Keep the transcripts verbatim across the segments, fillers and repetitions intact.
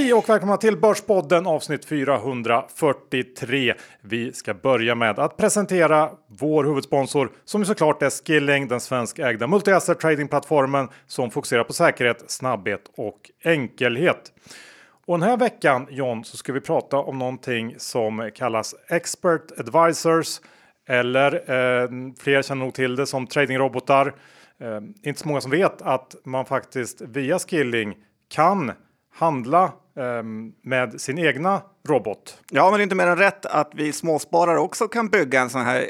Hej och välkomna till Börspodden avsnitt fyrahundrafyrtiotre. Vi ska börja med att presentera vår huvudsponsor som ju såklart är Skilling, den svenskägda multi-asset tradingplattformen som fokuserar på säkerhet, snabbhet och enkelhet. Och den här veckan, John, så ska vi prata om någonting som kallas Expert Advisors eller eh, fler känner nog till det som tradingrobotar. Eh, inte så många som vet att man faktiskt via Skilling kan handla eh, med sin egna robot. Ja, men det är inte mer än rätt att vi småsparare också kan bygga en sån här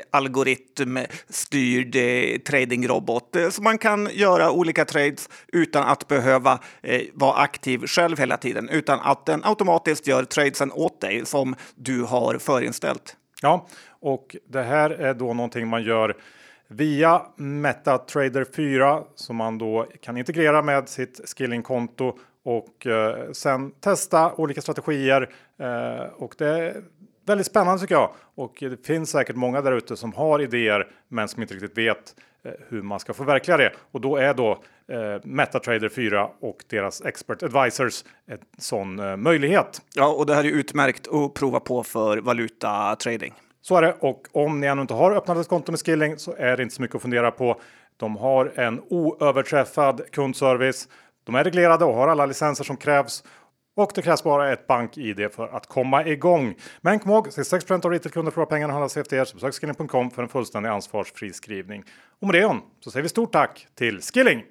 algoritmstyrd eh, tradingrobot. Eh, så man kan göra olika trades utan att behöva eh, vara aktiv själv hela tiden. Utan att den automatiskt gör tradesen åt dig som du har förinställt. Ja, och det här är då någonting man gör via MetaTrader fyra som man då kan integrera med sitt Skilling-konto och eh, sen testa olika strategier. Eh, och det är väldigt spännande tycker jag. Och det finns säkert många där ute som har idéer men som inte riktigt vet eh, hur man ska förverkliga det. Och då är då eh, MetaTrader fyra och deras Expert Advisors en sån eh, möjlighet. Ja, och det här är utmärkt att prova på för valutatrading. Så är det, och om ni ännu inte har öppnat ett konto med Skilling så är det inte så mycket att fundera på. De har en oöverträffad kundservice. De är reglerade och har alla licenser som krävs. Och det krävs bara ett bank-I D för att komma igång. Men kom ihåg, sextiosex procent av retailkunder förlorar pengarna och handlas efter er. Så besök skilling punkt com för en fullständig ansvarsfri skrivning. Och med det så säger vi stort tack till Skilling.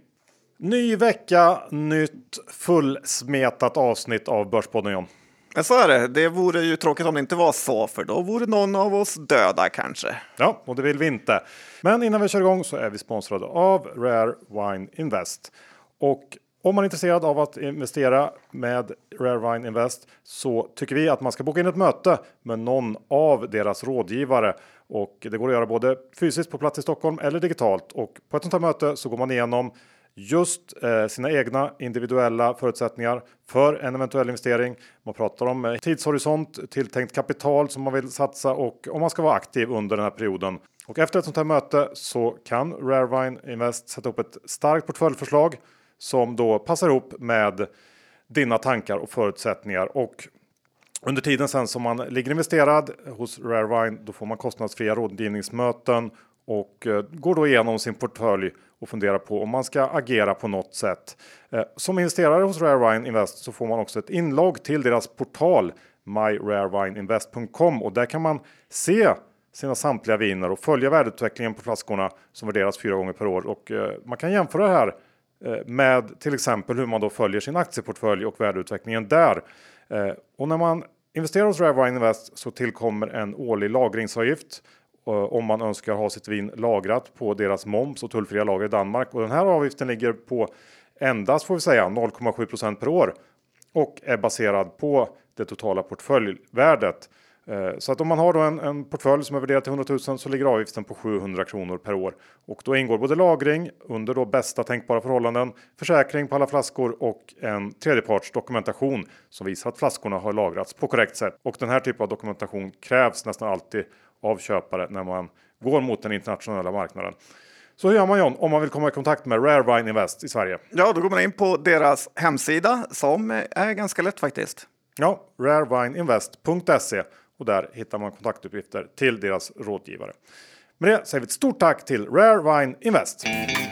Ny vecka, nytt fullsmetat avsnitt av Börspodden, John. Ja, så är det. Det vore ju tråkigt om det inte var så, för då vore någon av oss döda kanske. Ja, och det vill vi inte. Men innan vi kör igång så är vi sponsrade av Rare Wine Invest. Och om man är intresserad av att investera med Rare Wine Invest så tycker vi att man ska boka in ett möte med någon av deras rådgivare. Och det går att göra både fysiskt på plats i Stockholm eller digitalt. Och på ett sånt här möte så går man igenom just eh, sina egna individuella förutsättningar för en eventuell investering. Man pratar om eh, tidshorisont, tilltänkt kapital som man vill satsa och om man ska vara aktiv under den här perioden. Och efter ett sånt här möte så kan Rare Wine Invest sätta upp ett starkt portföljförslag som då passar ihop med dina tankar och förutsättningar. Och under tiden sen som man ligger investerad hos Rare Wine då får man kostnadsfria rådgivningsmöten och eh, går då igenom sin portfölj och funderar på om man ska agera på något sätt. Eh, som investerare hos Rare Wine Invest så får man också ett inlogg till deras portal my rare wine invest punkt com och där kan man se sina samtliga viner och följa värdeutvecklingen på flaskorna som värderas fyra gånger per år. Och eh, man kan jämföra det här eh, med till exempel hur man då följer sin aktieportfölj och värdeutvecklingen där. Eh, och när man investerar hos Rare Wine Invest så tillkommer en årlig lagringsavgift om man önskar ha sitt vin lagrat på deras moms och tullfria lager i Danmark. Och den här avgiften ligger på endast får vi säga noll komma sju procent per år och är baserad på det totala portföljvärdet. Så att om man har då en, en portfölj som är värderad till hundratusen så ligger avgiften på sjuhundra kronor per år. Och då ingår både lagring under då bästa tänkbara förhållanden, försäkring på alla flaskor och en tredjeparts dokumentation som visar att flaskorna har lagrats på korrekt sätt. Och den här typen av dokumentation krävs nästan alltid av köpare när man går mot den internationella marknaden. Så hur gör man, John, om man vill komma i kontakt med Rare Wine Invest i Sverige? Ja, då går man in på deras hemsida som är ganska lätt faktiskt. Ja, rare wine invest punkt se och där hittar man kontaktuppgifter till deras rådgivare. Med det säger vi ett stort tack till Rare Wine Invest.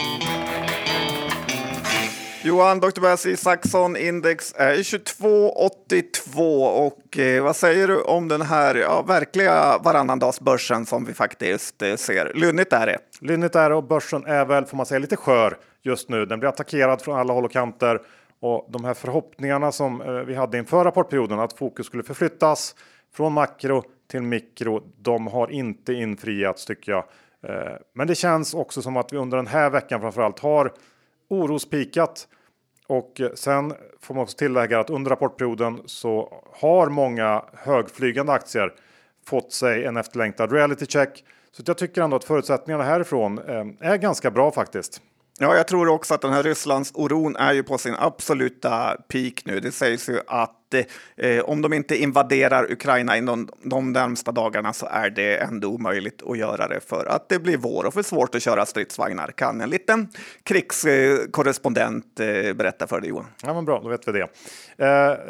Johan, doktor Bass Isaksson, index är tjugotvå åttiotvå och eh, vad säger du om den här ja, verkliga varannandagsbörsen som vi faktiskt eh, ser? Lynnigt är det. Lynnigt är det och börsen är väl, får man säga, lite skör just nu. Den blir attackerad från alla håll och kanter och de här förhoppningarna som eh, vi hade inför rapportperioden att fokus skulle förflyttas från makro till mikro, de har inte infriats tycker jag. Eh, men det känns också som att vi under den här veckan framförallt har orospikat och sen får man också tillägga att under rapportperioden så har många högflygande aktier fått sig en efterlängtad reality check. Så jag tycker ändå att förutsättningarna härifrån är ganska bra faktiskt. Ja, jag tror också att den här Rysslands oron är ju på sin absoluta peak nu. Det sägs ju att eh, om de inte invaderar Ukraina inom de närmsta dagarna så är det ändå omöjligt att göra det för att det blir vår och för svårt att köra stridsvagnar. Kan en liten krigskorrespondent eh, berätta för dig, Johan? Ja, men bra, då vet vi det. Eh,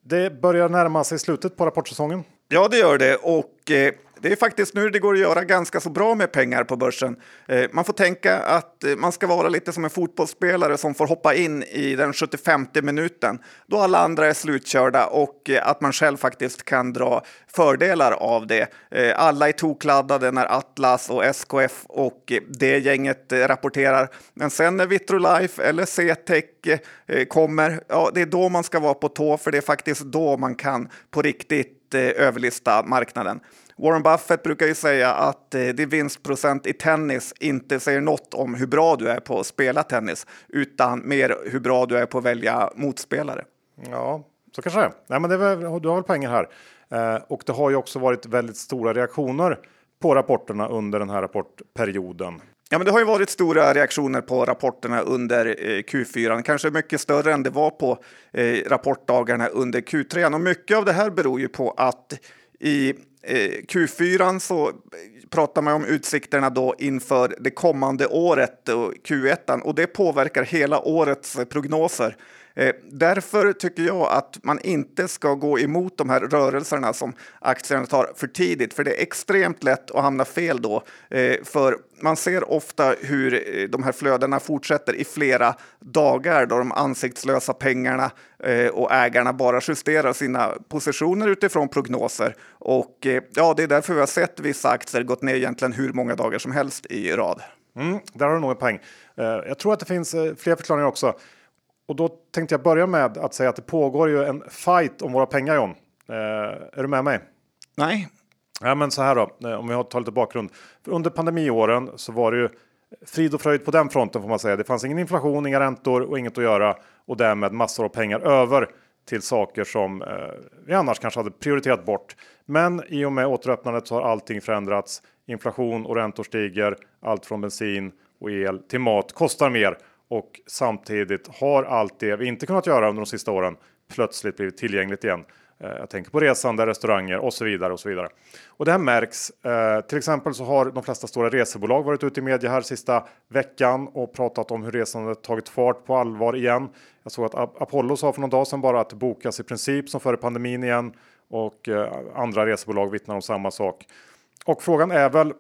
Det börjar närma sig slutet på rapportsäsongen. Ja, det gör det. Och eh, det är faktiskt nu det går att göra ganska så bra med pengar på börsen. Eh, man får tänka att eh, man ska vara lite som en fotbollsspelare som får hoppa in i den sjuttiofemte minuten då alla andra är slutkörda och eh, att man själv faktiskt kan dra fördelar av det. Eh, alla är tokladdade när Atlas och S K F och eh, det gänget eh, rapporterar. Men sen när Vitrolife eller C-Tech eh, kommer, ja, det är då man ska vara på tå, för det är faktiskt då man kan på riktigt överlista marknaden. Warren Buffett brukar ju säga att eh, din vinstprocent i tennis inte säger något om hur bra du är på att spela tennis, utan mer hur bra du är på att välja motspelare. Ja, så kanske det är. Nej, men det är väl, du har väl pengar här. Eh, och det har ju också varit väldigt stora reaktioner på rapporterna under den här rapportperioden. Ja, men det har ju varit stora reaktioner på rapporterna under eh, Q fyra, kanske mycket större än det var på eh, rapportdagarna under Q tre. Och mycket av det här beror ju på att i eh, Q fyra så pratar man om utsikterna då inför det kommande året och Q ett, och det påverkar hela årets prognoser. Eh, därför tycker jag att man inte ska gå emot de här rörelserna som aktierna tar för tidigt, för det är extremt lätt att hamna fel då. Eh, för man ser ofta hur eh, de här flödena fortsätter i flera dagar då de ansiktslösa pengarna eh, och ägarna bara justerar sina positioner utifrån prognoser. Och eh, ja, det är därför vi har sett vissa aktier gått ner egentligen hur många dagar som helst i rad. Mm, där har du nog en poäng. Eh, jag tror att det finns eh, fler förklaringar också. Och då tänkte jag börja med att säga att det pågår ju en fight om våra pengar, John. Eh, är du med mig? Nej. Ja, men så här då, om vi har tar lite bakgrund. För under pandemiåren så var det ju frid och fröjd på den fronten, får man säga. Det fanns ingen inflation, inga räntor och inget att göra. Och därmed massor av pengar över till saker som eh, vi annars kanske hade prioriterat bort. Men i och med återöppnandet så har allting förändrats. Inflation och räntor stiger. Allt från bensin och el till mat kostar mer. Och samtidigt har allt det vi inte kunnat göra under de sista åren plötsligt blivit tillgängligt igen. Jag tänker på resande, restauranger och så vidare och så vidare. Och det här märks. Eh, till exempel så har de flesta stora resebolag varit ute i media här sista veckan och pratat om hur resandet tagit fart på allvar igen. Jag såg att Apollo sa för någon dag sedan bara att det bokas i princip som före pandemin igen. Och eh, andra resebolag vittnar om samma sak. Och frågan är väl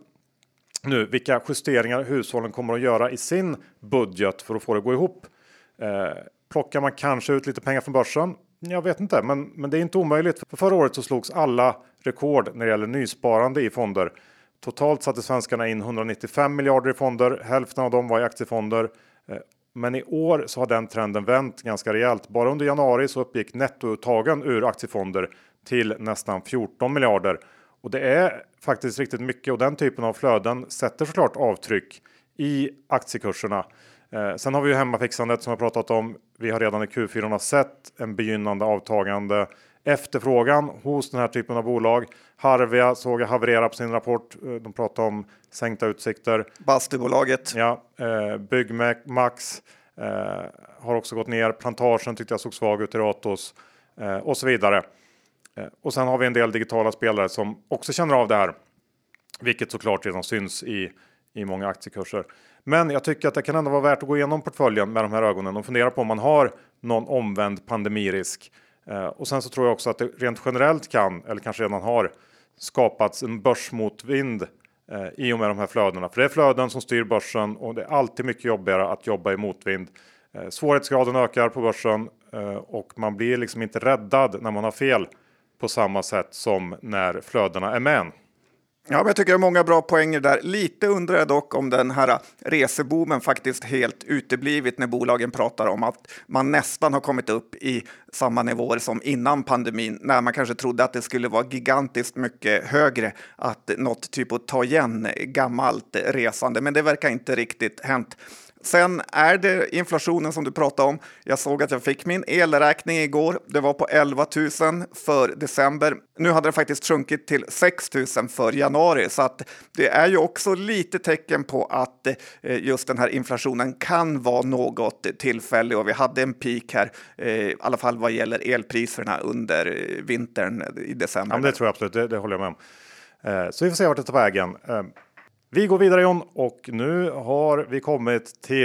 nu vilka justeringar hushållen kommer att göra i sin budget för att få det att gå ihop. Eh, plockar man kanske ut lite pengar från börsen? Jag vet inte, men, men det är inte omöjligt. För förra året så slogs alla rekord när det gäller nysparande i fonder. Totalt satte svenskarna in etthundranittiofem miljarder i fonder. Hälften av dem var i aktiefonder. Eh, men i år så har den trenden vänt ganska rejält. Bara under januari så uppgick nettouttagen ur aktiefonder till nästan fjorton miljarder. Och det är faktiskt riktigt mycket, och den typen av flöden sätter såklart avtryck i aktiekurserna. Eh, sen har vi ju hemmafixandet som jag pratat om. Vi har redan i Q fyra sett en begynnande avtagande efterfrågan hos den här typen av bolag. Harvia såg jag haverera på sin rapport. De pratar om sänkta utsikter. Bastubolaget. Ja, eh, Byggmax eh, har också gått ner. Plantagen tyckte jag såg svag ut i Ratos eh, och så vidare. Eh, och sen har vi en del digitala spelare som också känner av det här. Vilket såklart redan syns i, i många aktiekurser. Men jag tycker att det kan ändå vara värt att gå igenom portföljen med de här ögonen och fundera på om man har någon omvänd pandemirisk. Eh, och sen så tror jag också att det rent generellt kan, eller kanske redan har, skapats en börsmotvind eh, i och med de här flödena. För det är flöden som styr börsen och det är alltid mycket jobbigare att jobba i motvind. Eh, svårighetsgraden ökar på börsen eh, och man blir liksom inte räddad när man har fel på samma sätt som när flödena är med. Ja, men jag tycker det är många bra poänger där. Lite undrar jag dock om den här reseboomen faktiskt helt uteblivit när bolagen pratar om att man nästan har kommit upp i samma nivåer som innan pandemin, när man kanske trodde att det skulle vara gigantiskt mycket högre, att något typ att ta igen gammalt resande, men det verkar inte riktigt hänt. Sen är det inflationen som du pratade om. Jag såg att jag fick min elräkning igår. Det var på elva tusen för december. Nu hade det faktiskt sjunkit till sex tusen för januari. Så att det är ju också lite tecken på att just den här inflationen kan vara något tillfällig. Och vi hade en peak här, i alla fall vad gäller elpriserna under vintern i december. Ja, men det tror jag absolut, det, det håller jag med om. Så vi får se vart det tar vägen. Vi går vidare, John, och nu har vi kommit till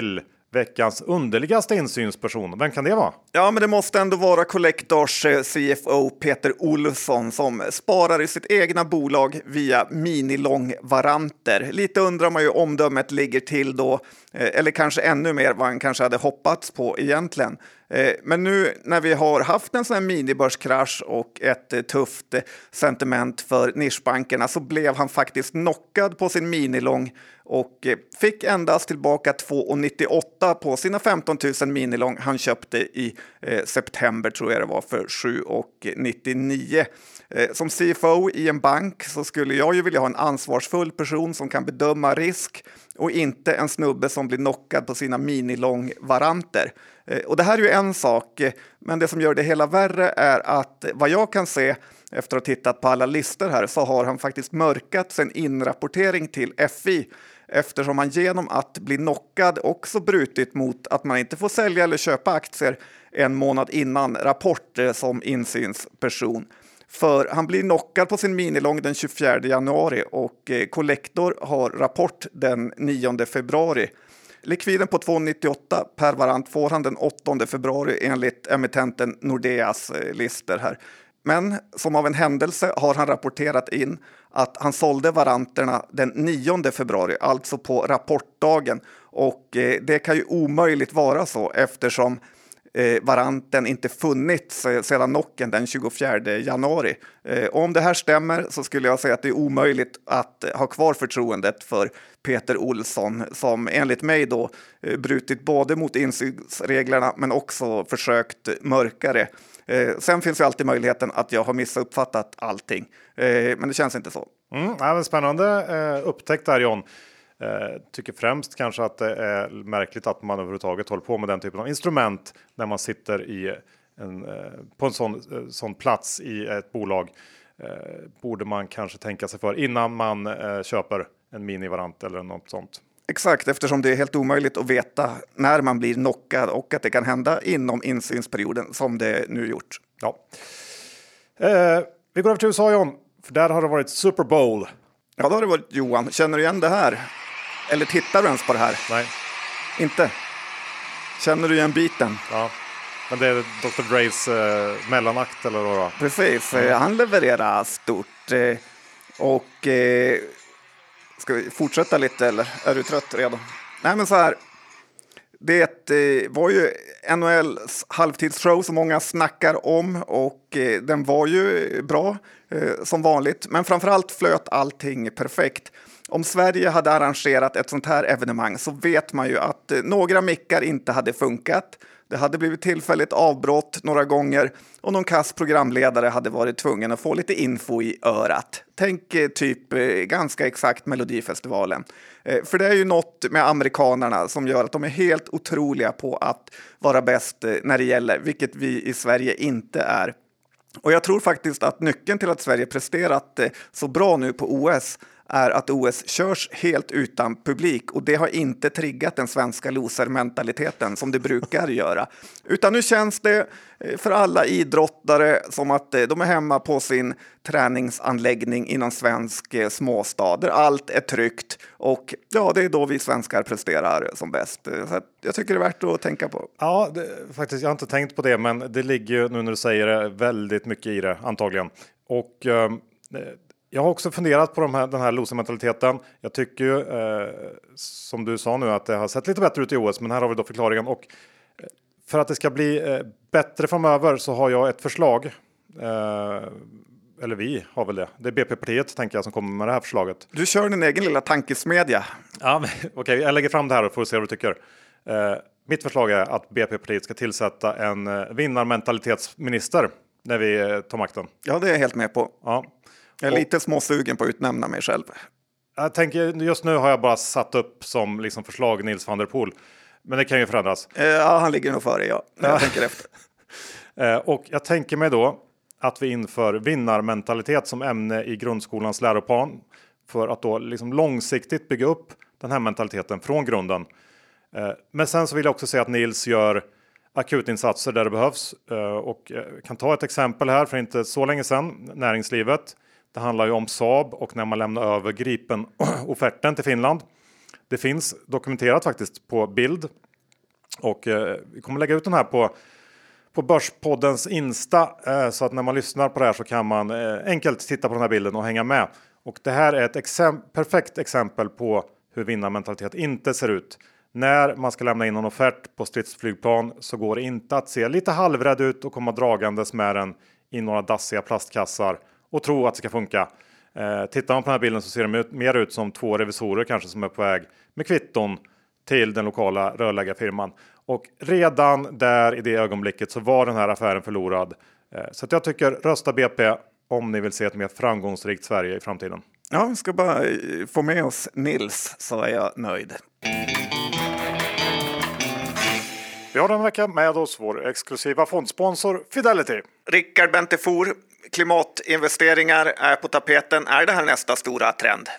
veckans underligaste insynsperson. Vem kan det vara? Ja, men det måste ändå vara Collectors C F O Peter Olsson som sparar i sitt egna bolag via minilångvaranter. Lite undrar man ju omdömet ligger till då, eller kanske ännu mer vad han kanske hade hoppats på egentligen. Men nu när vi har haft en sån här minibörskrasch och ett tufft sentiment för nischbankerna så blev han faktiskt knockad på sin minilång och fick endast tillbaka två komma nittioåtta på sina femton tusen minilång han köpte i eh, september tror jag det var för sju komma nittionio. Eh, som C F O i en bank så skulle jag ju vilja ha en ansvarsfull person som kan bedöma risk och inte en snubbe som blir knockad på sina minilångvaranter. Eh, och det här är ju en sak, men det som gör det hela värre är att vad jag kan se efter att ha tittat på alla listor här så har han faktiskt mörkat sin inrapportering till F I eftersom han genom att bli knockad också brutit mot att man inte får sälja eller köpa aktier en månad innan rapport som insynsperson. För han blir knockad på sin minilång den tjugofjärde januari och Collector har rapport den nionde februari. Likviden på två komma nittioåtta per varant får han den åttonde februari enligt emittenten Nordeas listor här. Men som av en händelse har han rapporterat in att han sålde varanterna den nionde februari, alltså på rapportdagen. Och eh, det kan ju omöjligt vara så eftersom eh, varanten inte funnits eh, sedan knocken den tjugofjärde januari. Eh, och om det här stämmer så skulle jag säga att det är omöjligt att eh, ha kvar förtroendet för Peter Olsson som enligt mig då eh, brutit både mot insynsreglerna men också försökt mörka det. Eh, sen finns ju alltid möjligheten att jag har missuppfattat allting. Eh, men det känns inte så. Mm, ja, spännande eh, upptäckt där John. Eh, tycker främst kanske att det är märkligt att man överhuvudtaget håller på med den typen av instrument när man sitter i en, eh, på en sån, eh, sån plats i ett bolag. Eh, borde man kanske tänka sig för innan man eh, köper en minivarant eller något sånt. Exakt, eftersom det är helt omöjligt att veta när man blir knockad och att det kan hända inom insynsperioden som det nu gjort. Ja. Eh, vi går över till U S A, John, för där har det varit Super Bowl. Ja, då har det varit Johan. Känner du igen det här? Eller tittar du ens på det här? Nej. Inte? Känner du igen biten? Ja, men det är doktor Dre's eh, mellanakt eller vad då? Precis, mm. Han levererar stort. Eh, och... Eh, Ska vi fortsätta lite eller är du trött redan? Nej men så här, det eh, var ju N H L:s halvtidsshow som många snackar om och eh, den var ju bra eh, som vanligt. Men framförallt flöt allting perfekt. Om Sverige hade arrangerat ett sånt här evenemang så vet man ju att eh, några mickar inte hade funkat. Det hade blivit tillfälligt avbrott några gånger och någon kass programledare hade varit tvungen att få lite info i örat. Tänk eh, typ eh, ganska exakt Melodifestivalen. Eh, för det är ju något med amerikanerna som gör att de är helt otroliga på att vara bäst eh, när det gäller, vilket vi i Sverige inte är. Och jag tror faktiskt att nyckeln till att Sverige presterat eh, så bra nu på O S är att O S körs helt utan publik och det har inte triggat den svenska loser-mentaliteten som det brukar göra. Utan nu känns det för alla idrottare som att de är hemma på sin träningsanläggning i någon svensk småstad där allt är tryggt och ja, det är då vi svenskar presterar som bäst. Så att jag tycker det är värt att tänka på. Ja, det, faktiskt, jag har inte tänkt på det, men det ligger ju nu när du säger det väldigt mycket i det antagligen. Och eh, jag har också funderat på de här, den här loser-mentaliteten. Jag tycker ju, eh, som du sa nu, att det har sett lite bättre ut i O S. Men här har vi då förklaringen. Och för att det ska bli eh, bättre framöver så har jag ett förslag. Eh, eller vi har väl det. Det är B P-partiet, tänker jag, som kommer med det här förslaget. Du kör din egen lilla tankesmedja. Ja, okej. Okay, jag lägger fram det här och får se vad du tycker. Eh, mitt förslag är att B P-partiet ska tillsätta en eh, vinnarmentalitetsminister när vi eh, tar makten. Ja, det är jag helt med på. Ja. Jag är lite småsugen på att utnämna mig själv. Jag tänker, just nu har jag bara satt upp som liksom förslag Nils van der Poel. Men det kan ju förändras. Ja, han ligger nog före, ja. När jag tänker efter. Och jag tänker mig då att vi inför vinnarmentalitet som ämne i grundskolans läroplan. För att då liksom långsiktigt bygga upp den här mentaliteten från grunden. Men sen så vill jag också säga att Nils gör akutinsatser där det behövs. Och jag kan ta ett exempel här för inte så länge sedan. Näringslivet. Det handlar ju om Saab och när man lämnar över Gripen-offerten till Finland. Det finns dokumenterat faktiskt på bild Och eh, vi kommer lägga ut den här på, på Börspoddens Insta. Eh, så att när man lyssnar på det här så kan man eh, enkelt titta på den här bilden och hänga med. Och det här är ett exem- perfekt exempel på hur vinnarmentalitet inte ser ut. När man ska lämna in en offert på stridsflygplan så går det inte att se lite halvrädd ut och komma dragandes med den i några dassiga plastkassar och tro att det ska funka. Eh, tittar man på den här bilden så ser det mer ut som två revisorer kanske som är på väg med kvitton till den lokala rörläggarfirman. Och redan där i det ögonblicket så var den här affären förlorad. Eh, så att jag tycker rösta B P om ni vill se ett mer framgångsrikt Sverige i framtiden. Ja, vi ska bara få med oss Nils så är jag nöjd. Vi har den vecka med oss vår exklusiva fondsponsor Fidelity. Rickard Bentefor, klimatinvesteringar är på tapeten. Är det här nästa stora trend?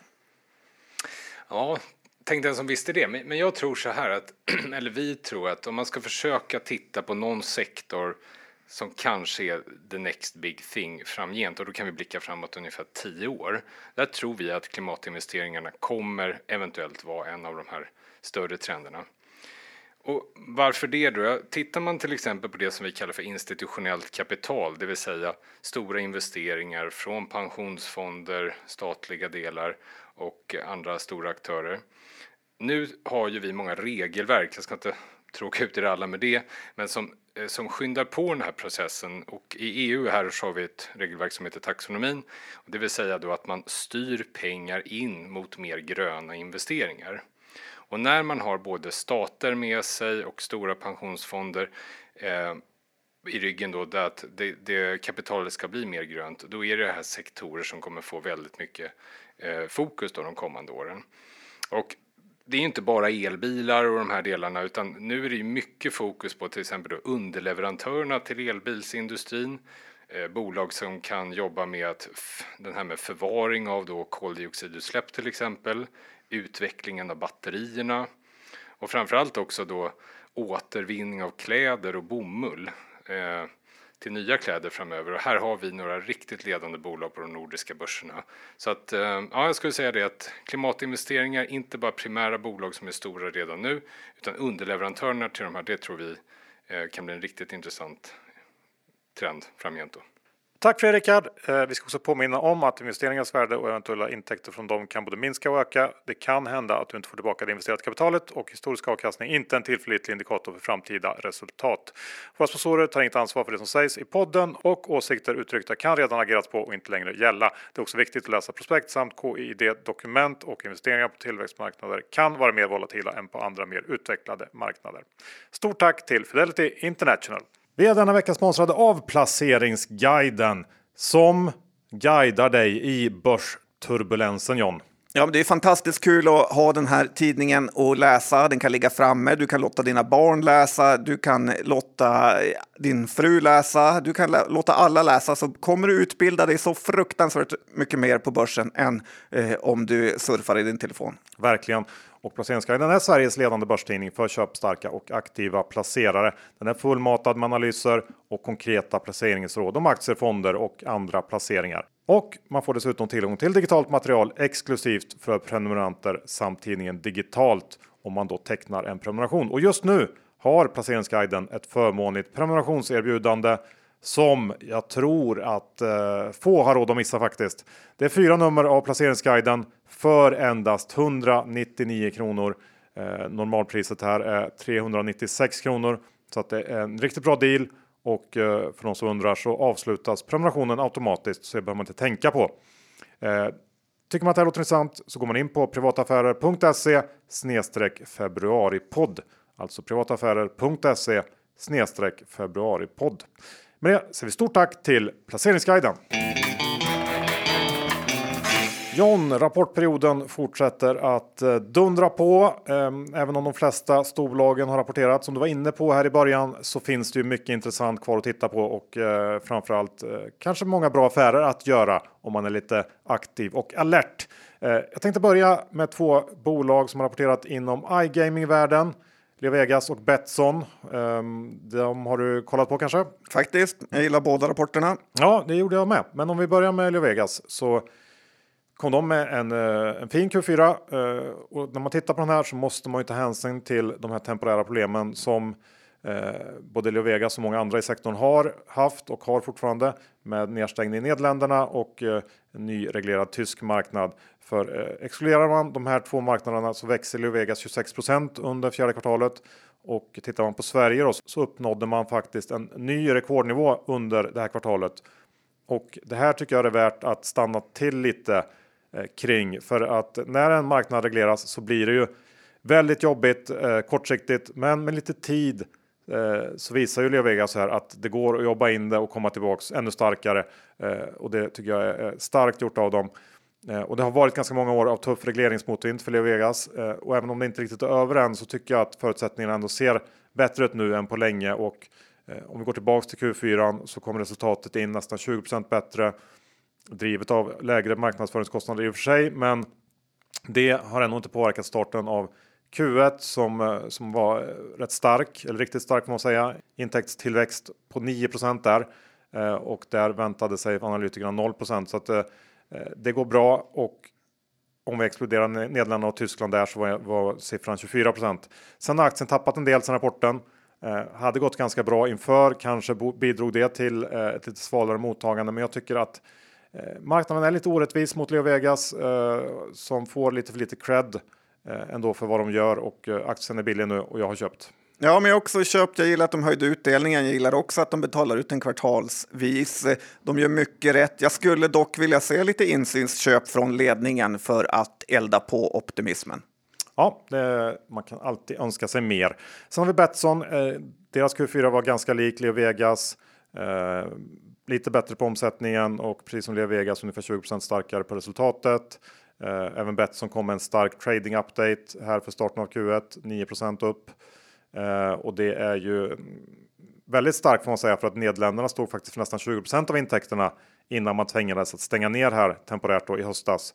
Ja, tänk den som visste det. Men jag tror så här att, eller vi tror att om man ska försöka titta på någon sektor som kanske är the next big thing framgent, och då kan vi blicka framåt ungefär tio år. Där tror vi att klimatinvesteringarna kommer eventuellt vara en av de här större trenderna. Och varför det då? Tittar man till exempel på det som vi kallar för institutionellt kapital, det vill säga stora investeringar från pensionsfonder, statliga delar och andra stora aktörer. Nu har ju vi många regelverk, jag ska inte tråka ut er alla med det, men som, som skyndar på den här processen. Och i E U här så har vi ett regelverk som heter taxonomin, det vill säga då att man styr pengar in mot mer gröna investeringar. Och när man har både stater med sig och stora pensionsfonder eh, i ryggen då, där att det, det kapitalet ska bli mer grönt, då är det här sektorer som kommer få väldigt mycket eh, fokus då de kommande åren. Och det är inte bara elbilar och de här delarna, utan nu är det mycket fokus på till exempel då underleverantörerna till elbilsindustrin. Eh, bolag som kan jobba med att f- den här med förvaring av då koldioxidutsläpp till exempel, utvecklingen av batterierna och framförallt också då återvinning av kläder och bomull eh, till nya kläder framöver. Och här har vi några riktigt ledande bolag på de nordiska börserna. Så att, eh, ja, jag skulle säga det att klimatinvesteringar, inte bara primära bolag som är stora redan nu, utan underleverantörerna till de här, det tror vi eh, kan bli en riktigt intressant trend framgent då. Tack för Rickard. Vi ska också påminna om att investeringars värde och eventuella intäkter från dem kan både minska och öka. Det kan hända att du inte får tillbaka det investerat kapitalet, och historisk avkastning är inte en tillförlitlig indikator för framtida resultat. Våra sponsorer tar inget ansvar för det som sägs i podden, och åsikter uttryckta kan redan agerats på och inte längre gälla. Det är också viktigt att läsa prospekt samt K I D-dokument, och investeringar på tillväxtmarknader kan vara mer volatila än på andra mer utvecklade marknader. Stort tack till Fidelity International. Vi är denna vecka sponsrade av Placeringsguiden som guidar dig i börsturbulensen, John. Ja, men det är fantastiskt kul att ha den här tidningen och läsa. Den kan ligga framme, du kan låta dina barn läsa, du kan låta din fru läsa, du kan låta alla läsa, så kommer du utbilda dig så fruktansvärt mycket mer på börsen än eh, om du surfar i din telefon. Verkligen. Och Placeringsguiden är Sveriges ledande börstidning för köpstarka och aktiva placerare. Den är fullmatad med analyser och konkreta placeringsråd om aktier, fonder och andra placeringar. Och man får dessutom tillgång till digitalt material exklusivt för prenumeranter samt tidningen digitalt om man då tecknar en prenumeration. Och just nu har Placeringsguiden ett förmånligt prenumerationserbjudande som jag tror att eh, få har råd att missa faktiskt. Det är fyra nummer av Placeringsguiden för endast etthundranittionio kronor. Eh, normalpriset här är trehundranittiosex kronor. Så att det är en riktigt bra deal. Och eh, för de som undrar så avslutas prenumerationen automatiskt, så det behöver man inte tänka på. Eh, tycker man att det här låter intressant så går man in på privataffärer punkt se snedstreck februaripodd. Alltså privataffärer punkt se snedstreck februaripodd. Med det säger vi stort tack till Placeringsguiden. John, rapportperioden fortsätter att dundra på. Även om de flesta storbolagen har rapporterat, som du var inne på här i början, så finns det ju mycket intressant kvar att titta på, och framförallt kanske många bra affärer att göra om man är lite aktiv och alert. Jag tänkte börja med två bolag som har rapporterat inom iGaming-världen. LeoVegas och Betsson. De har du kollat på kanske? Faktiskt, jag gillar båda rapporterna. Ja, det gjorde jag med. Men om vi börjar med LeoVegas så kom de med en, en fin Q fyra. Och när man tittar på den här så måste man ju ta hänsyn till de här temporära problemen som eh, både LeoVegas och många andra i sektorn har haft och har fortfarande med nedstängning i Nederländerna och eh, en ny reglerad tysk marknad. För eh, exkluderar man de här två marknaderna så växer LeoVegas tjugosex procent under fjärde kvartalet. Och tittar man på Sverige då, så uppnådde man faktiskt en ny rekordnivå under det här kvartalet. Och det här tycker jag är värt att stanna till lite eh, kring. För att när en marknad regleras så blir det ju väldigt jobbigt eh, kortsiktigt. Men med lite tid eh, så visar ju LeoVegas här att det går att jobba in det och komma tillbaks ännu starkare. Eh, och det tycker jag är starkt gjort av dem. Eh, och det har varit ganska många år av tuff regleringsmotvind för LeoVegas. Eh, och även om det inte riktigt är över än så tycker jag att förutsättningarna ändå ser bättre ut nu än på länge. Och om vi går tillbaka till Q fyra så kommer resultatet in nästan tjugo procent bättre. Drivet av lägre marknadsföringskostnader i och för sig. Men det har ändå inte påverkat starten av Q ett som, som var rätt stark. Eller riktigt stark får man säga. Intäktstillväxt på nio procent där. Och där väntade sig analytikerna noll procent. Så att det går bra. Och om vi exkluderar Nederländerna och Tyskland där så var, var siffran tjugofyra procent. Sen har aktien tappat en del sedan rapporten. Eh, hade gått ganska bra inför, kanske bidrog det till eh, ett lite svalare mottagande, men jag tycker att eh, marknaden är lite orättvis mot LeoVegas eh, som får lite för lite cred eh, ändå för vad de gör och eh, aktien är billig nu och jag har köpt. Ja, men jag har också köpt. Jag gillar att de höjde utdelningen. Jag gillar också att de betalar ut en kvartalsvis. De gör mycket rätt. Jag skulle dock vilja se lite insynsköp från ledningen för att elda på optimismen. Ja, det, man kan alltid önska sig mer. Sen har vi Betsson. Eh, deras Q fyra var ganska lik LeoVegas. Eh, lite bättre på omsättningen och precis som LeoVegas ungefär tjugo procent starkare på resultatet. Eh, även Betsson kom med en stark trading update här för starten av Q ett. nio procent upp. Eh, och det är ju väldigt starkt får man säga för att Nederländerna stod faktiskt för nästan tjugo procent av intäkterna innan man tvingades att stänga ner här temporärt då i höstas.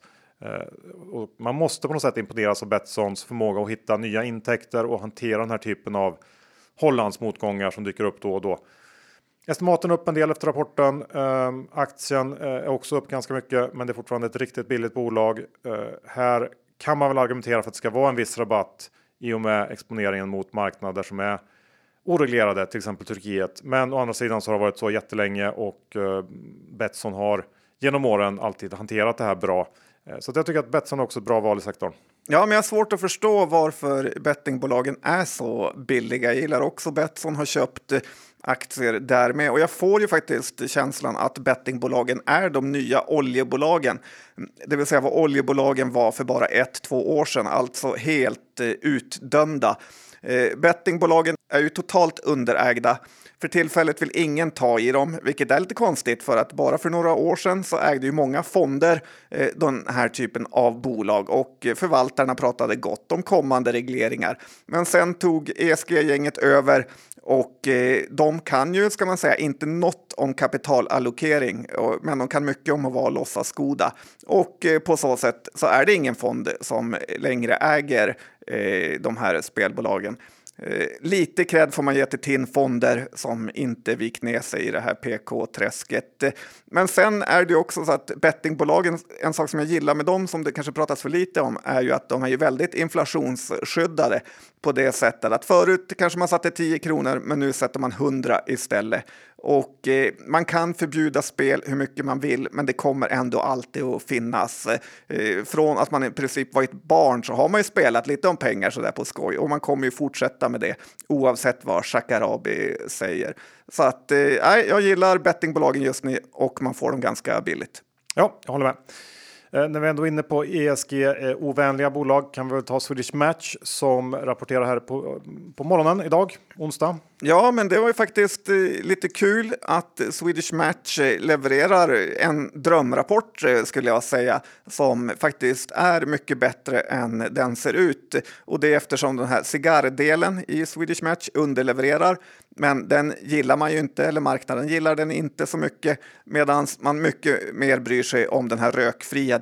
Uh, och man måste på något sätt imponeras av Betssons förmåga att hitta nya intäkter och hantera den här typen av Hollands motgångar som dyker upp då och då. Estimaten upp en del efter rapporten. Uh, aktien uh, är också upp ganska mycket, men det är fortfarande ett riktigt billigt bolag. Uh, här kan man väl argumentera för att det ska vara en viss rabatt i och med exponeringen mot marknader som är oreglerade, till exempel Turkiet. Men å andra sidan så har det varit så jättelänge och uh, Betsson har genom åren alltid hanterat det här bra. Så jag tycker att Betsson är också ett bra val i sektorn. Ja, men jag har svårt att förstå varför bettingbolagen är så billiga. Jag gillar också Betsson, har köpt aktier därmed. Och jag får ju faktiskt känslan att bettingbolagen är de nya oljebolagen. Det vill säga vad oljebolagen var för bara ett, två år sedan. Alltså helt utdömda. Bettingbolagen är ju totalt underägda. För tillfället vill ingen ta i dem, vilket är lite konstigt för att bara för några år sedan så ägde ju många fonder eh, den här typen av bolag och förvaltarna pratade gott om kommande regleringar. Men sen tog E S G-gänget över och eh, de kan ju, ska man säga, inte något om kapitalallokering, och, men de kan mycket om att vara låtsasgoda. Och eh, på så sätt så är det ingen fond som längre äger eh, de här spelbolagen. Eh, lite cred får man ge till T I N-fonder som inte vikt ner sig i det här P K-träsket. Men sen är det också så att bettingbolagen, en sak som jag gillar med dem som det kanske pratas för lite om, är ju att de är ju väldigt inflationsskyddade på det sättet att förut kanske man satte tio kronor men nu sätter man hundra istället. Och eh, man kan förbjuda spel hur mycket man vill, men det kommer ändå alltid att finnas. Eh, från att man i princip var ett barn så har man ju spelat lite om pengar så där på skoj. Och man kommer ju fortsätta med det oavsett vad Shakarabi säger. Så att eh, jag gillar bettingbolagen just nu och man får dem ganska billigt. Ja, jag håller med. Eh, när vi ändå är inne på E S G-ovänliga bolag kan vi väl ta Swedish Match som rapporterar här på, på morgonen idag, onsdag. Ja, men det var ju faktiskt eh, lite kul att Swedish Match eh, levererar en drömrapport eh, skulle jag säga, som faktiskt är mycket bättre än den ser ut. Och det är eftersom den här cigarrdelen i Swedish Match underlevererar, men den gillar man ju inte, eller marknaden gillar den inte så mycket, medan man mycket mer bryr sig om den här rökfria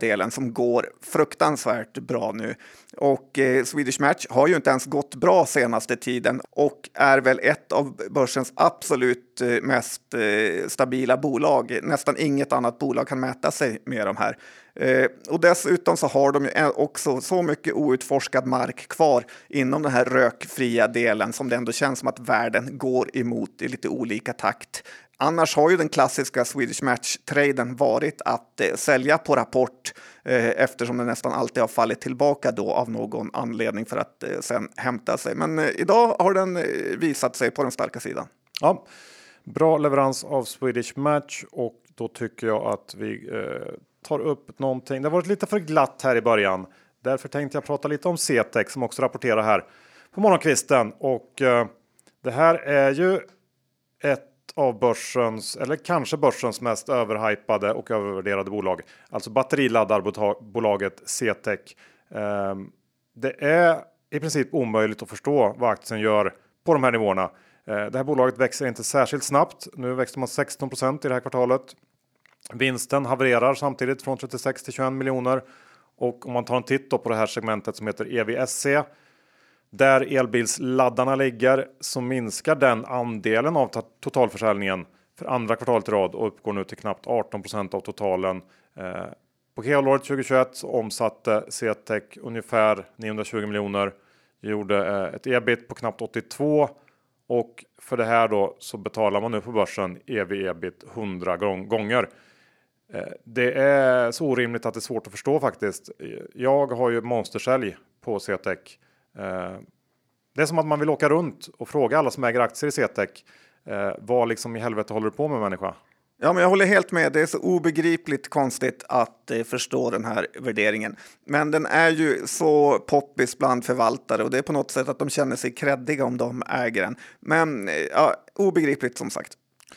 delen som går fruktansvärt bra nu. Och eh, Swedish Match har ju inte ens gått bra senaste tiden och är väl ett av börsens absolut eh, mest eh, stabila bolag. Nästan inget annat bolag kan mäta sig med de här. Eh, och dessutom så har de ju också så mycket outforskad mark kvar inom den här rökfria delen som det ändå känns som att världen går emot i lite olika takt. Annars har ju den klassiska Swedish Match-traden varit att eh, sälja på rapport eh, eftersom den nästan alltid har fallit tillbaka då av någon anledning för att eh, sen hämta sig. Men eh, idag har den eh, visat sig på den starka sidan. Ja, bra leverans av Swedish Match och då tycker jag att vi eh, tar upp någonting. Det har varit lite för glatt här i början. Därför tänkte jag prata lite om C T E C som också rapporterar här på morgonkvisten. Och eh, det här är ju ett av börsens, eller kanske börsens mest överhypade och övervärderade bolag. Alltså batteriladdarbolaget C T E C. Eh, det är i princip omöjligt att förstå vad aktien gör på de här nivåerna. Eh, det här bolaget växer inte särskilt snabbt. Nu växte man sexton procent i det här kvartalet. Vinsten havererar samtidigt från trettiosex till tjugoen miljoner. Och om man tar en titt då på det här segmentet som heter E V S C, där elbilsladdarna ligger, så minskar den andelen av totalförsäljningen för andra kvartalet i rad och uppgår nu till knappt arton procent av totalen. Eh, på helåret tjugohundratjugoett så omsatte C T E C ungefär niohundratjugo miljoner. Gjorde eh, ett ebit på knappt åttiotvå och för det här då så betalar man nu på börsen E V-ebit hundra gånger. Det är så orimligt att det är svårt att förstå faktiskt. Jag har ju monstersälj på C T E C. Det är som att man vill åka runt och fråga alla som äger aktier i C T E C. Vad liksom i helvete håller du på med, människa? Ja, men jag håller helt med. Det är så obegripligt konstigt att eh, förstå den här värderingen. Men den är ju så poppis bland förvaltare och det är på något sätt att de känner sig kreddiga om de äger den. Men eh, ja, obegripligt som sagt.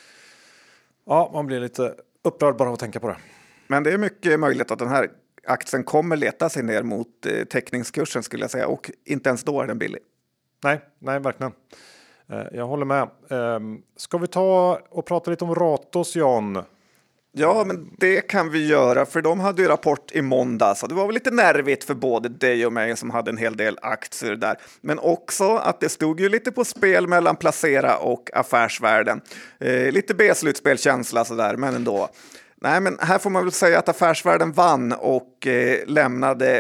Ja, man blir lite upprörd bara av att tänka på det. Men det är mycket möjligt att den här aktien kommer leta sig ner mot eh, teckningskursen skulle jag säga. Och inte ens då är den billig. Nej, nej verkligen. Jag håller med. Ska vi ta och prata lite om Ratos, Jan? Ja, men det kan vi göra, för de hade ju rapport i måndag, så det var väl lite nervigt för både dig och mig som hade en hel del aktier där. Men också att det stod ju lite på spel mellan Placera och Affärsvärlden. Eh, lite B-slutspelkänsla sådär, men ändå. Nej, men här får man väl säga att Affärsvärlden vann och eh, lämnade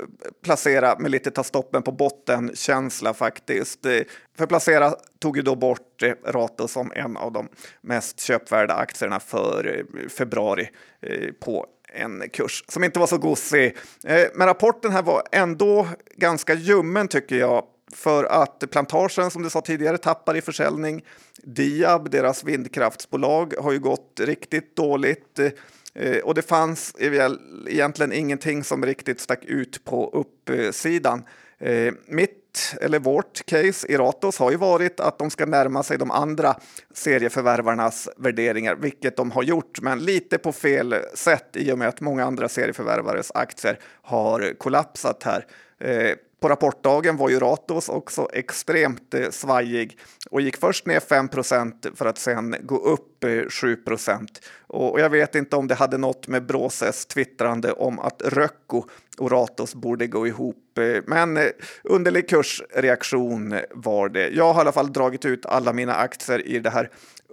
Placera med lite ta stoppen på botten känsla faktiskt. Eh, för Placera tog ju då bort eh, Ratos som en av de mest köpvärda aktierna för eh, februari eh, på en kurs som inte var så gosig. Eh, men rapporten här var ändå ganska ljummen tycker jag. För att Plantagen, som du sa tidigare, tappar i försäljning. Diab, deras vindkraftsbolag, har ju gått riktigt dåligt. Eh, och det fanns egentligen ingenting som riktigt stack ut på uppsidan. Eh, mitt, eller vårt case i Ratos har ju varit att de ska närma sig de andra serieförvärvarnas värderingar, vilket de har gjort, men lite på fel sätt i och med att många andra serieförvärvares aktier har kollapsat här. Eh, På rapportdagen var ju Ratos också extremt eh, svajig och gick först ner fem procent för att sen gå upp eh, sju procent. Och, och jag vet inte om det hade något med Bråses twittrande om att Röcko och Ratos borde gå ihop. Eh, men eh, underlig kursreaktion var det. Jag har i alla fall dragit ut alla mina aktier i det här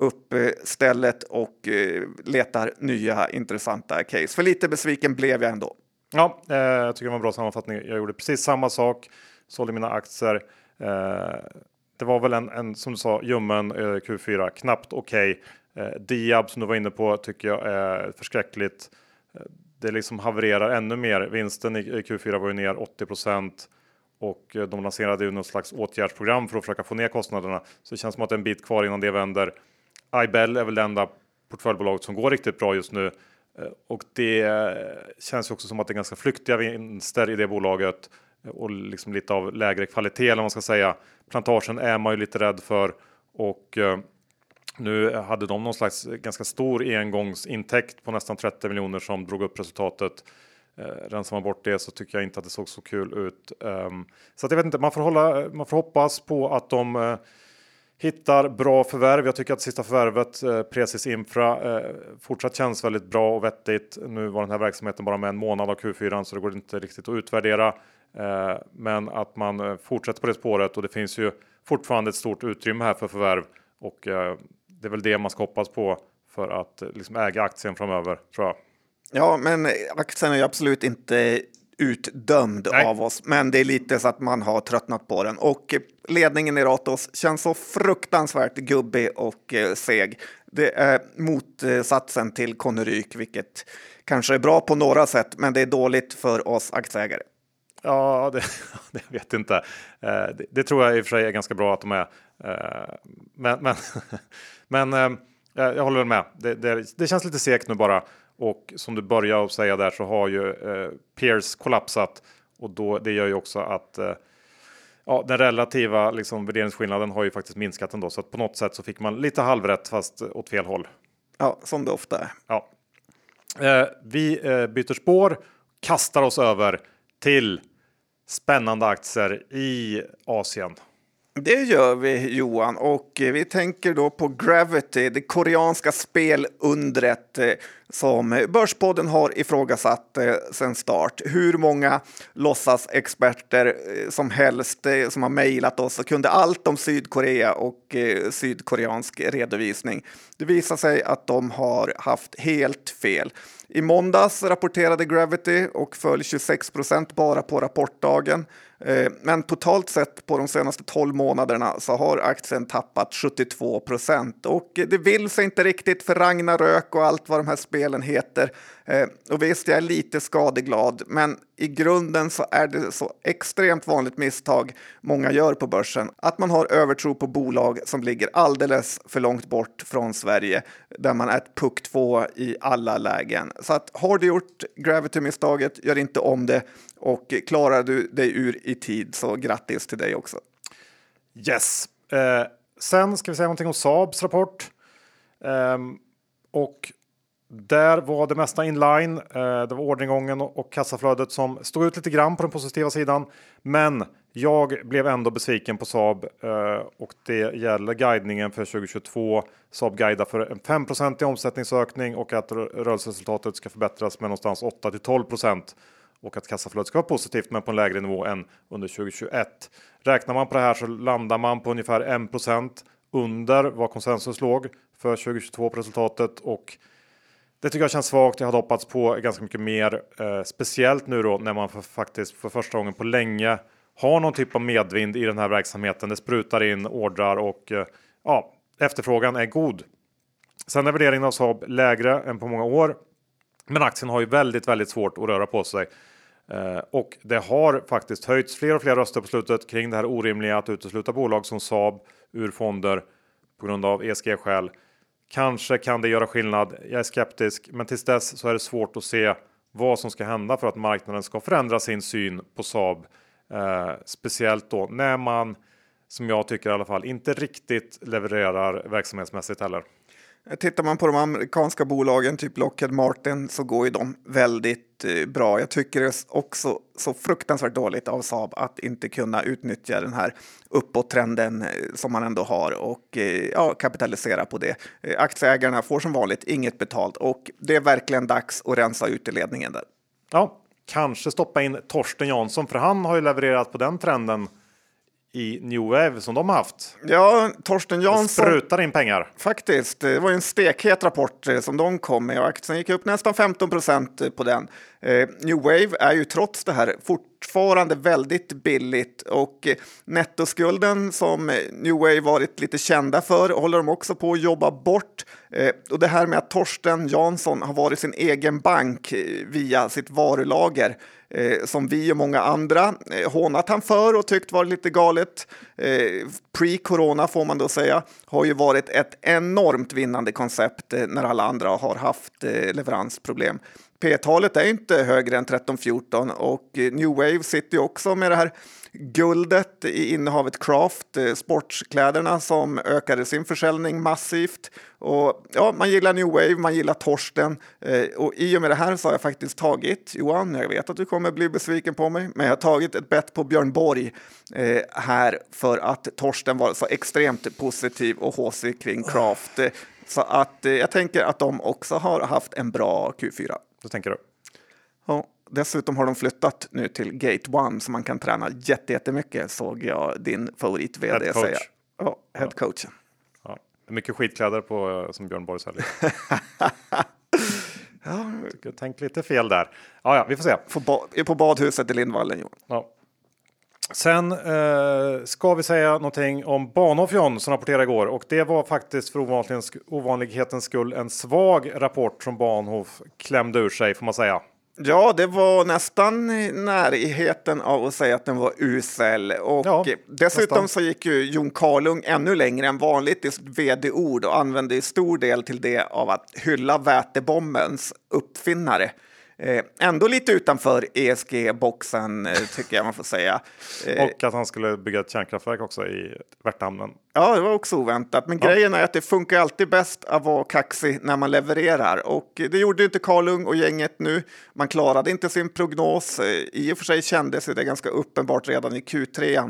uppstället och eh, letar nya intressanta case. För lite besviken blev jag ändå. Ja, eh, jag tycker det var en bra sammanfattning. Jag gjorde precis samma sak. Sålde mina aktier. Eh, det var väl en, en som du sa, ljummen eh, Q fyra. Knappt okej. Okay. Eh, Diab som du var inne på tycker jag är förskräckligt. Eh, det liksom havererar ännu mer. Vinsten i, i Q fyra var ju ner åttio procent. Och eh, de lanserade ju något slags åtgärdsprogram för att försöka få ner kostnaderna. Så det känns som att det är en bit kvar innan det vänder. iBell är väl det enda portföljbolaget som går riktigt bra just nu. Och det känns också som att det är ganska flyktiga vinster i det bolaget och liksom lite av lägre kvalitet eller vad man ska säga. Plantagen är man ju lite rädd för och nu hade de någon slags ganska stor engångsintäkt på nästan trettio miljoner som drog upp resultatet. Rensar man bort det så tycker jag inte att det såg så kul ut. Så att jag vet inte, man får, hålla, man får hoppas på att de hittar bra förvärv. Jag tycker att sista förvärvet, eh, Precis Infra, eh, fortsatt känns väldigt bra och vettigt. Nu var den här verksamheten bara med en månad av Q fyra, så det går inte riktigt att utvärdera. Eh, men att man eh, fortsätter på det spåret, och det finns ju fortfarande ett stort utrymme här för förvärv. Och eh, det är väl det man ska hoppas på för att eh, liksom äga aktien framöver, tror jag. Ja, men aktien är ju absolut inte utdömd Nej. av oss, men det är lite så att man har tröttnat på den. Och ledningen i Ratos känns så fruktansvärt gubbig och eh, seg. Det är motsatsen till Conneryk, vilket kanske är bra på några sätt, men det är dåligt för oss aktieägare. Ja, det, det vet inte. Eh, det, det tror jag i och för sig är ganska bra att de är. Eh, men men, men eh, jag håller med. Det, det, det känns lite segt nu bara. Och som du börjar att säga där, så har ju eh, Peers kollapsat. Och då, det gör ju också att eh, ja, den relativa liksom, värderingsskillnaden har ju faktiskt minskat ändå. Så att på något sätt så fick man lite halvrätt, fast åt fel håll. Ja, som det ofta är. Ja. Eh, vi eh, byter spår, kastar oss över till spännande aktier i Asien. Det gör vi, Johan, och vi tänker då på Gravity, det koreanska spelundret eh, som Börspodden har ifrågasatt eh, sedan start. Hur många låtsasexperter eh, som helst eh, som har mejlat oss och kunde allt om Sydkorea och eh, sydkoreansk redovisning. Det visar sig att de har haft helt fel. I måndags rapporterade Gravity och föll tjugosex procent bara på rapportdagen. Men totalt sett på de senaste tolv månaderna så har aktien tappat sjuttiotvå procent. Och det vill sig inte riktigt för Ragnarök och allt vad de här spelen heter. Och visst, jag är lite skadeglad, men i grunden så är det så extremt vanligt misstag många gör på börsen. Att man har övertro på bolag som ligger alldeles för långt bort från Sverige, där man är ett puck två i alla lägen. Så att har du gjort Gravity-misstaget, gör inte om det. Och klarar du dig ur i tid, så grattis till dig också. Yes. Eh, sen ska vi säga någonting om Saabs rapport. Eh, och där var det mesta inline. Eh, det var orderingången och kassaflödet som stod ut lite grann på den positiva sidan. Men jag blev ändå besviken på Saab. Eh, och det gäller guidningen för tjugohundratjugotvå. Saab guidar för en fem procent i omsättningsökning och att rörelseresultatet ska förbättras med någonstans åtta till tolv procent. Och att kassaflödet ska vara positivt, men på en lägre nivå än under tjugohundratjugoett. Räknar man på det här så landar man på ungefär en procent under vad konsensus låg för tjugohundratjugotvå på resultatet. Och det tycker jag känns svagt. Jag hade hoppats på ganska mycket mer. Eh, speciellt nu då när man för, faktiskt för första gången på länge har någon typ av medvind i den här verksamheten. Det sprutar in ordrar och eh, ja, efterfrågan är god. Sen är värderingen av Saab lägre än på många år. Men aktien har ju väldigt, väldigt svårt att röra på sig. Eh, och det har faktiskt höjts fler och fler röster på slutet kring det här orimliga att utesluta bolag som Saab ur fonder på grund av E S G-skäl. Kanske kan det göra skillnad. Jag är skeptisk, men tills dess så är det svårt att se vad som ska hända för att marknaden ska förändra sin syn på Saab. Eh, speciellt då när man, som jag tycker i alla fall, inte riktigt levererar verksamhetsmässigt heller. Tittar man på de amerikanska bolagen, typ Lockheed Martin, så går ju de väldigt eh, bra. Jag tycker det är också så fruktansvärt dåligt av Saab att inte kunna utnyttja den här uppåttrenden eh, som man ändå har och eh, ja, kapitalisera på det. Eh, aktieägarna får som vanligt inget betalt och det är verkligen dags att rensa ut i ledningen där. Ja, kanske stoppa in Torsten Jansson, för han har ju levererat på den trenden i New Wave som de har haft. Ja, Torsten Jansson sprutar in pengar. Faktiskt, det var ju en stekhet rapport som de kom med och aktien gick upp nästan femton procent på den. Eh, New Wave är ju trots det här fortfarande väldigt billigt och eh, nettoskulden som New Wave varit lite kända för håller de också på att jobba bort. Eh, och det här med att Torsten Jansson har varit sin egen bank eh, via sitt varulager Eh, som vi och många andra eh, hånat han för och tyckt var lite galet. Eh, pre-corona får man då säga har ju varit ett enormt vinnande koncept eh, när alla andra har haft eh, leveransproblem. P-talet är inte högre än tretton fjorton och New Wave sitter ju också med det här guldet i innehavet Craft, sportkläderna som ökade sin försäljning massivt. Och ja, man gillar New Wave, man gillar Torsten och i och med det här så har jag faktiskt tagit, Johan, jag vet att du kommer bli besviken på mig, men jag har tagit ett bett på Björn Borg eh, här för att Torsten var så extremt positiv och håsig kring Craft. Så att eh, jag tänker att de också har haft en bra Q fyra. Det tänker du? Ja, dessutom har de flyttat nu till Gate One så man kan träna jättemycket, såg jag din favorit-vd säga. Ja, head coach. Ja, mycket skitkläder på som Björn Borg säljer. Ja. Jag tänk lite fel där. Ja, ja, vi får se. På, ba- på badhuset i Lindvallen, Johan. Ja. Sen eh, ska vi säga någonting om Bahnhof som rapporterade igår. Och det var faktiskt för ovanlighetens skull en svag rapport som Bahnhof klämde ur sig, får man säga. Ja, det var nästan närheten av att säga att den var usel. Och ja, dessutom nästan. så gick ju Jon Karlung ännu längre än vanligt i vd-ord och använde i stor del till det av att hylla vätebombens uppfinnare. Eh, ändå lite utanför E S G-boxen eh, tycker jag man får säga. Eh, och att han skulle bygga ett kärnkraftverk också i Värtahamnen. Ja, det var också oväntat. Men ja. Grejen är att det funkar alltid bäst att vara kaxig när man levererar. Och det gjorde inte Karlung och gänget nu. Man klarade inte sin prognos. I och för sig kändes det ganska uppenbart redan i Q tre.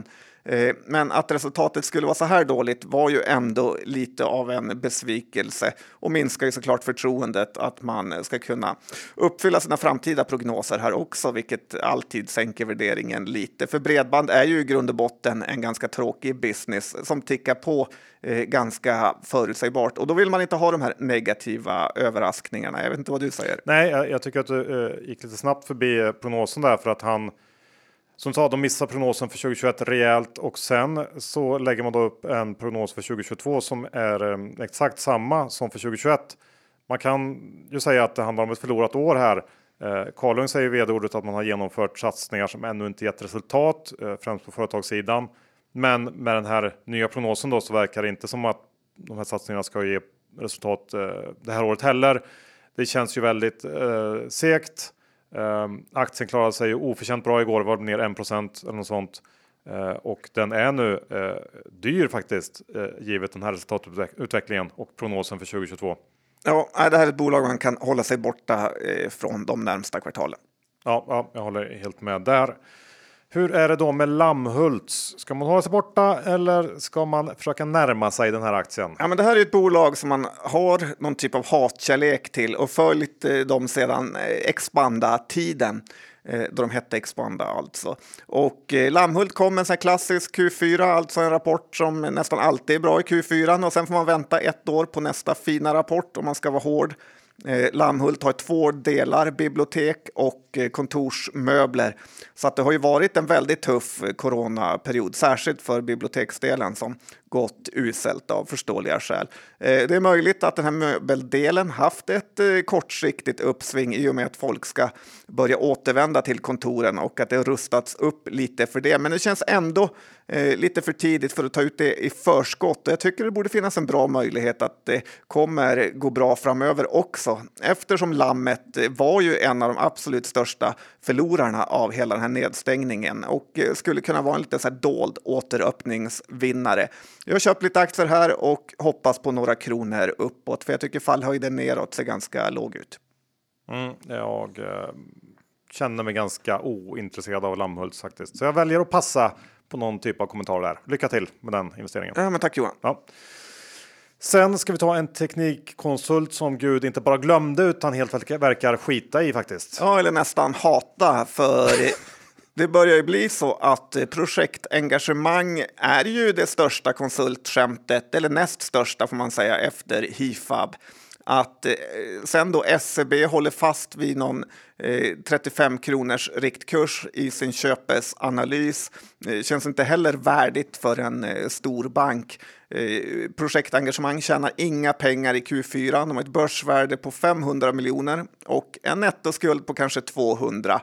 Men att resultatet skulle vara så här dåligt var ju ändå lite av en besvikelse och minskar ju såklart förtroendet att man ska kunna uppfylla sina framtida prognoser här också, vilket alltid sänker värderingen lite. För bredband är ju i grund och botten en ganska tråkig business som tickar på eh, ganska förutsägbart och då vill man inte ha de här negativa överraskningarna. Jag vet inte vad du säger. Nej, jag, jag tycker att du eh, gick lite snabbt förbi prognosen där för att han som sa, de missar prognosen för tjugohundratjugoett rejält och sen så lägger man då upp en prognos för tjugohundratjugotvå som är eh, exakt samma som för tjugohundratjugoett. Man kan ju säga att det handlar om ett förlorat år här. Eh, Karlung säger i vd-ordet att man har genomfört satsningar som ännu inte gett resultat, eh, främst på företagssidan. Men med den här nya prognosen då så verkar det inte som att de här satsningarna ska ge resultat eh, det här året heller. Det känns ju väldigt eh, segt. Uh, aktien klarade sig oförtjänt bra igår, var ner en procent eller något sånt. Uh, och den är nu uh, dyr faktiskt, uh, givet den här resultatutvecklingen och prognosen för tjugohundratjugotvå. Ja, det här är ett bolag man kan hålla sig borta uh, från de närmsta kvartalen. Ja, ja, jag håller helt med där. Hur är det då med Lammhults? Ska man hålla sig borta eller ska man försöka närma sig den här aktien? Ja, men det här är ett bolag som man har någon typ av hatkärlek till och följt dem sedan Expanda-tiden. Då de hette Expanda alltså. Och eh, Lammhult kom en sån här klassisk Q fyra, alltså en rapport som nästan alltid är bra i Q fyra. Och sen får man vänta ett år på nästa fina rapport om man ska vara hård. Eh, Lammhult har två delar, bibliotek och eh, kontorsmöbler. Så att det har ju varit en väldigt tuff eh, coronaperiod, särskilt för biblioteksdelen som gått uselt av förståeliga skäl. Eh, det är möjligt att den här möbeldelen haft ett eh, kortsiktigt uppsving i och med att folk ska börja återvända till kontoren och att det har rustats upp lite för det. Men det känns ändå eh, lite för tidigt för att ta ut det i förskott. Jag tycker det borde finnas en bra möjlighet att det kommer gå bra framöver också. Eftersom Lammet var ju en av de absolut största förlorarna av hela den här nedstängningen och skulle kunna vara en lite så här dold återöppningsvinnare. Jag har köpt lite aktier här och hoppas på några kronor uppåt för jag tycker fallhöjden neråt ser ganska låg ut. Mm, jag eh, känner mig ganska ointresserad av Lammhult faktiskt. Så jag väljer att passa på någon typ av kommentar där. Lycka till med den investeringen. Ja, men tack Johan. Ja. Sen ska vi ta en teknikkonsult som Gud inte bara glömde utan helt verkar skita i faktiskt. Ja, eller nästan hata för det börjar ju bli så att projektengagemang är ju det största konsultskämtet, eller näst största får man säga efter Hifab. Att eh, sen då S E B håller fast vid någon eh, trettiofem kronors riktkurs i sin köpesanalys eh, känns inte heller värdigt för en eh, stor bank. Eh, projektengagemang tjänar inga pengar i Q fyra. De har ett börsvärde på femhundra miljoner och en nettoskuld på kanske tvåhundra.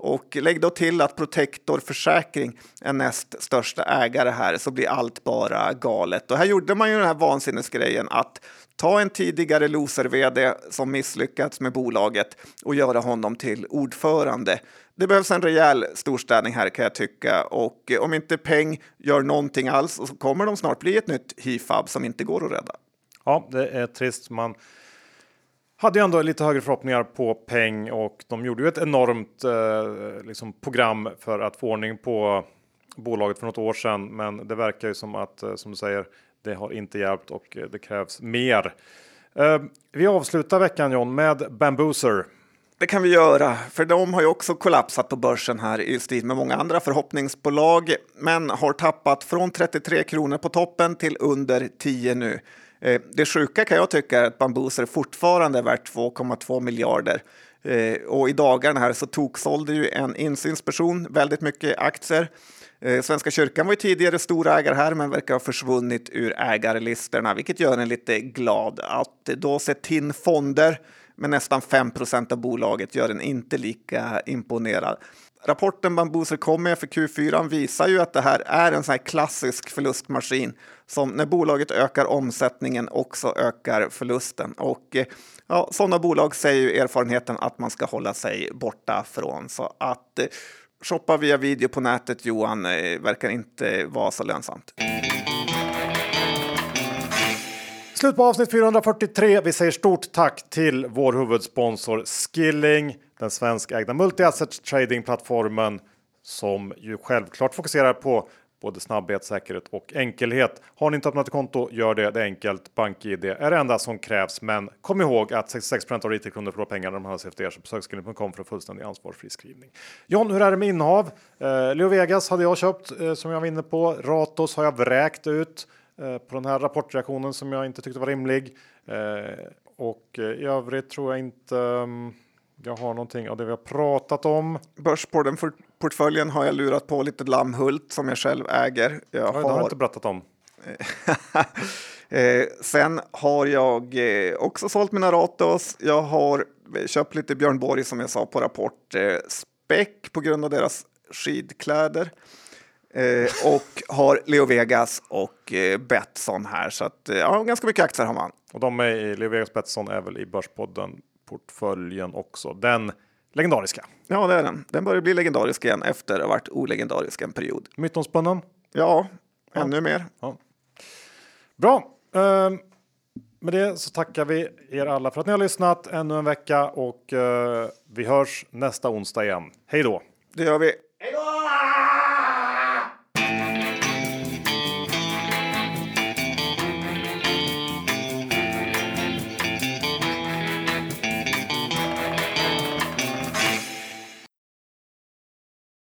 Och lägg då till att Protector Försäkring är näst största ägare här, så blir allt bara galet. Och här gjorde man ju den här vansinnesgrejen att ta en tidigare loser-vd som misslyckats med bolaget och göra honom till ordförande. Det behövs en rejäl storstädning här kan jag tycka, och om inte Peng gör någonting alls så kommer de snart bli ett nytt H I F A B som inte går att rädda. Ja, det är trist. Man hade ju ändå lite högre förhoppningar på Peng och de gjorde ju ett enormt eh, liksom program för att få ordning på bolaget för något år sedan. Men det verkar ju som att, eh, som du säger, det har inte hjälpt och eh, det krävs mer. Eh, vi avslutar veckan, John, med Bambuser. Det kan vi göra, för de har ju också kollapsat på börsen här i stil med många andra förhoppningsbolag, men har tappat från trettiotre kronor på toppen till under tio nu. Det sjuka kan jag tycka är att Bambuser fortfarande är värt två komma två miljarder. Och i dagarna här så toksålde ju en insynsperson väldigt mycket aktier. Svenska kyrkan var ju tidigare storägare här men verkar ha försvunnit ur ägarlistorna, vilket gör en lite glad. Att då Cetin fonder med nästan fem procent av bolaget gör en inte lika imponerad. Rapporten Bambuser kom med för Q fyra visar ju att det här är en sån här klassisk förlustmaskin som när bolaget ökar omsättningen också ökar förlusten. Och ja, sådana bolag säger ju erfarenheten att man ska hålla sig borta från. Så att eh, shoppa via video på nätet, Johan, eh, verkar inte vara så lönsamt. Slut på avsnitt fyrahundrafyrtiotre. Vi säger stort tack till vår huvudsponsor Skilling, den svenskägda multi-asset trading-plattformen som ju självklart fokuserar på både snabbhet, säkerhet och enkelhet. Har ni inte öppnat ett konto, gör det. Det är enkelt. BankID är det enda som krävs. Men kom ihåg att sextiosex procent av retailkunder förlorar pengar när de handlar sig efter er. Så besök skilling punkt com för fullständig ansvarsfri skrivning. John, hur är det med innehav? Eh, Leo Vegas hade jag köpt eh, som jag var inne på. Ratos har jag vräkt ut eh, på den här rapportreaktionen som jag inte tyckte var rimlig. Eh, och eh, i övrigt tror jag inte... Um, Jag har någonting av det vi har pratat om. Börspodden för portföljen har jag lurat på lite Lammhult som jag själv äger. Jag ja, har... Det har jag inte berättat om. eh, sen har jag eh, också sålt mina Ratos. Jag har köpt lite Björn Borg som jag sa på rapport. Eh, Späck på grund av deras skidkläder. Eh, och har Leo Vegas och eh, Betsson här. Så att, eh, ja, ganska mycket aktier har man. Och de är i Leo Vegas Betsson är väl i Börspodden portföljen också. Den legendariska. Ja, det är den. Den börjar bli legendarisk igen efter att ha varit olegendarisk en period. Mytomspunnen? Ja, ja, ännu mer. Ja. Bra. Uh, med det så tackar vi er alla för att ni har lyssnat ännu en vecka och uh, vi hörs nästa onsdag igen. Hej då! Det gör vi.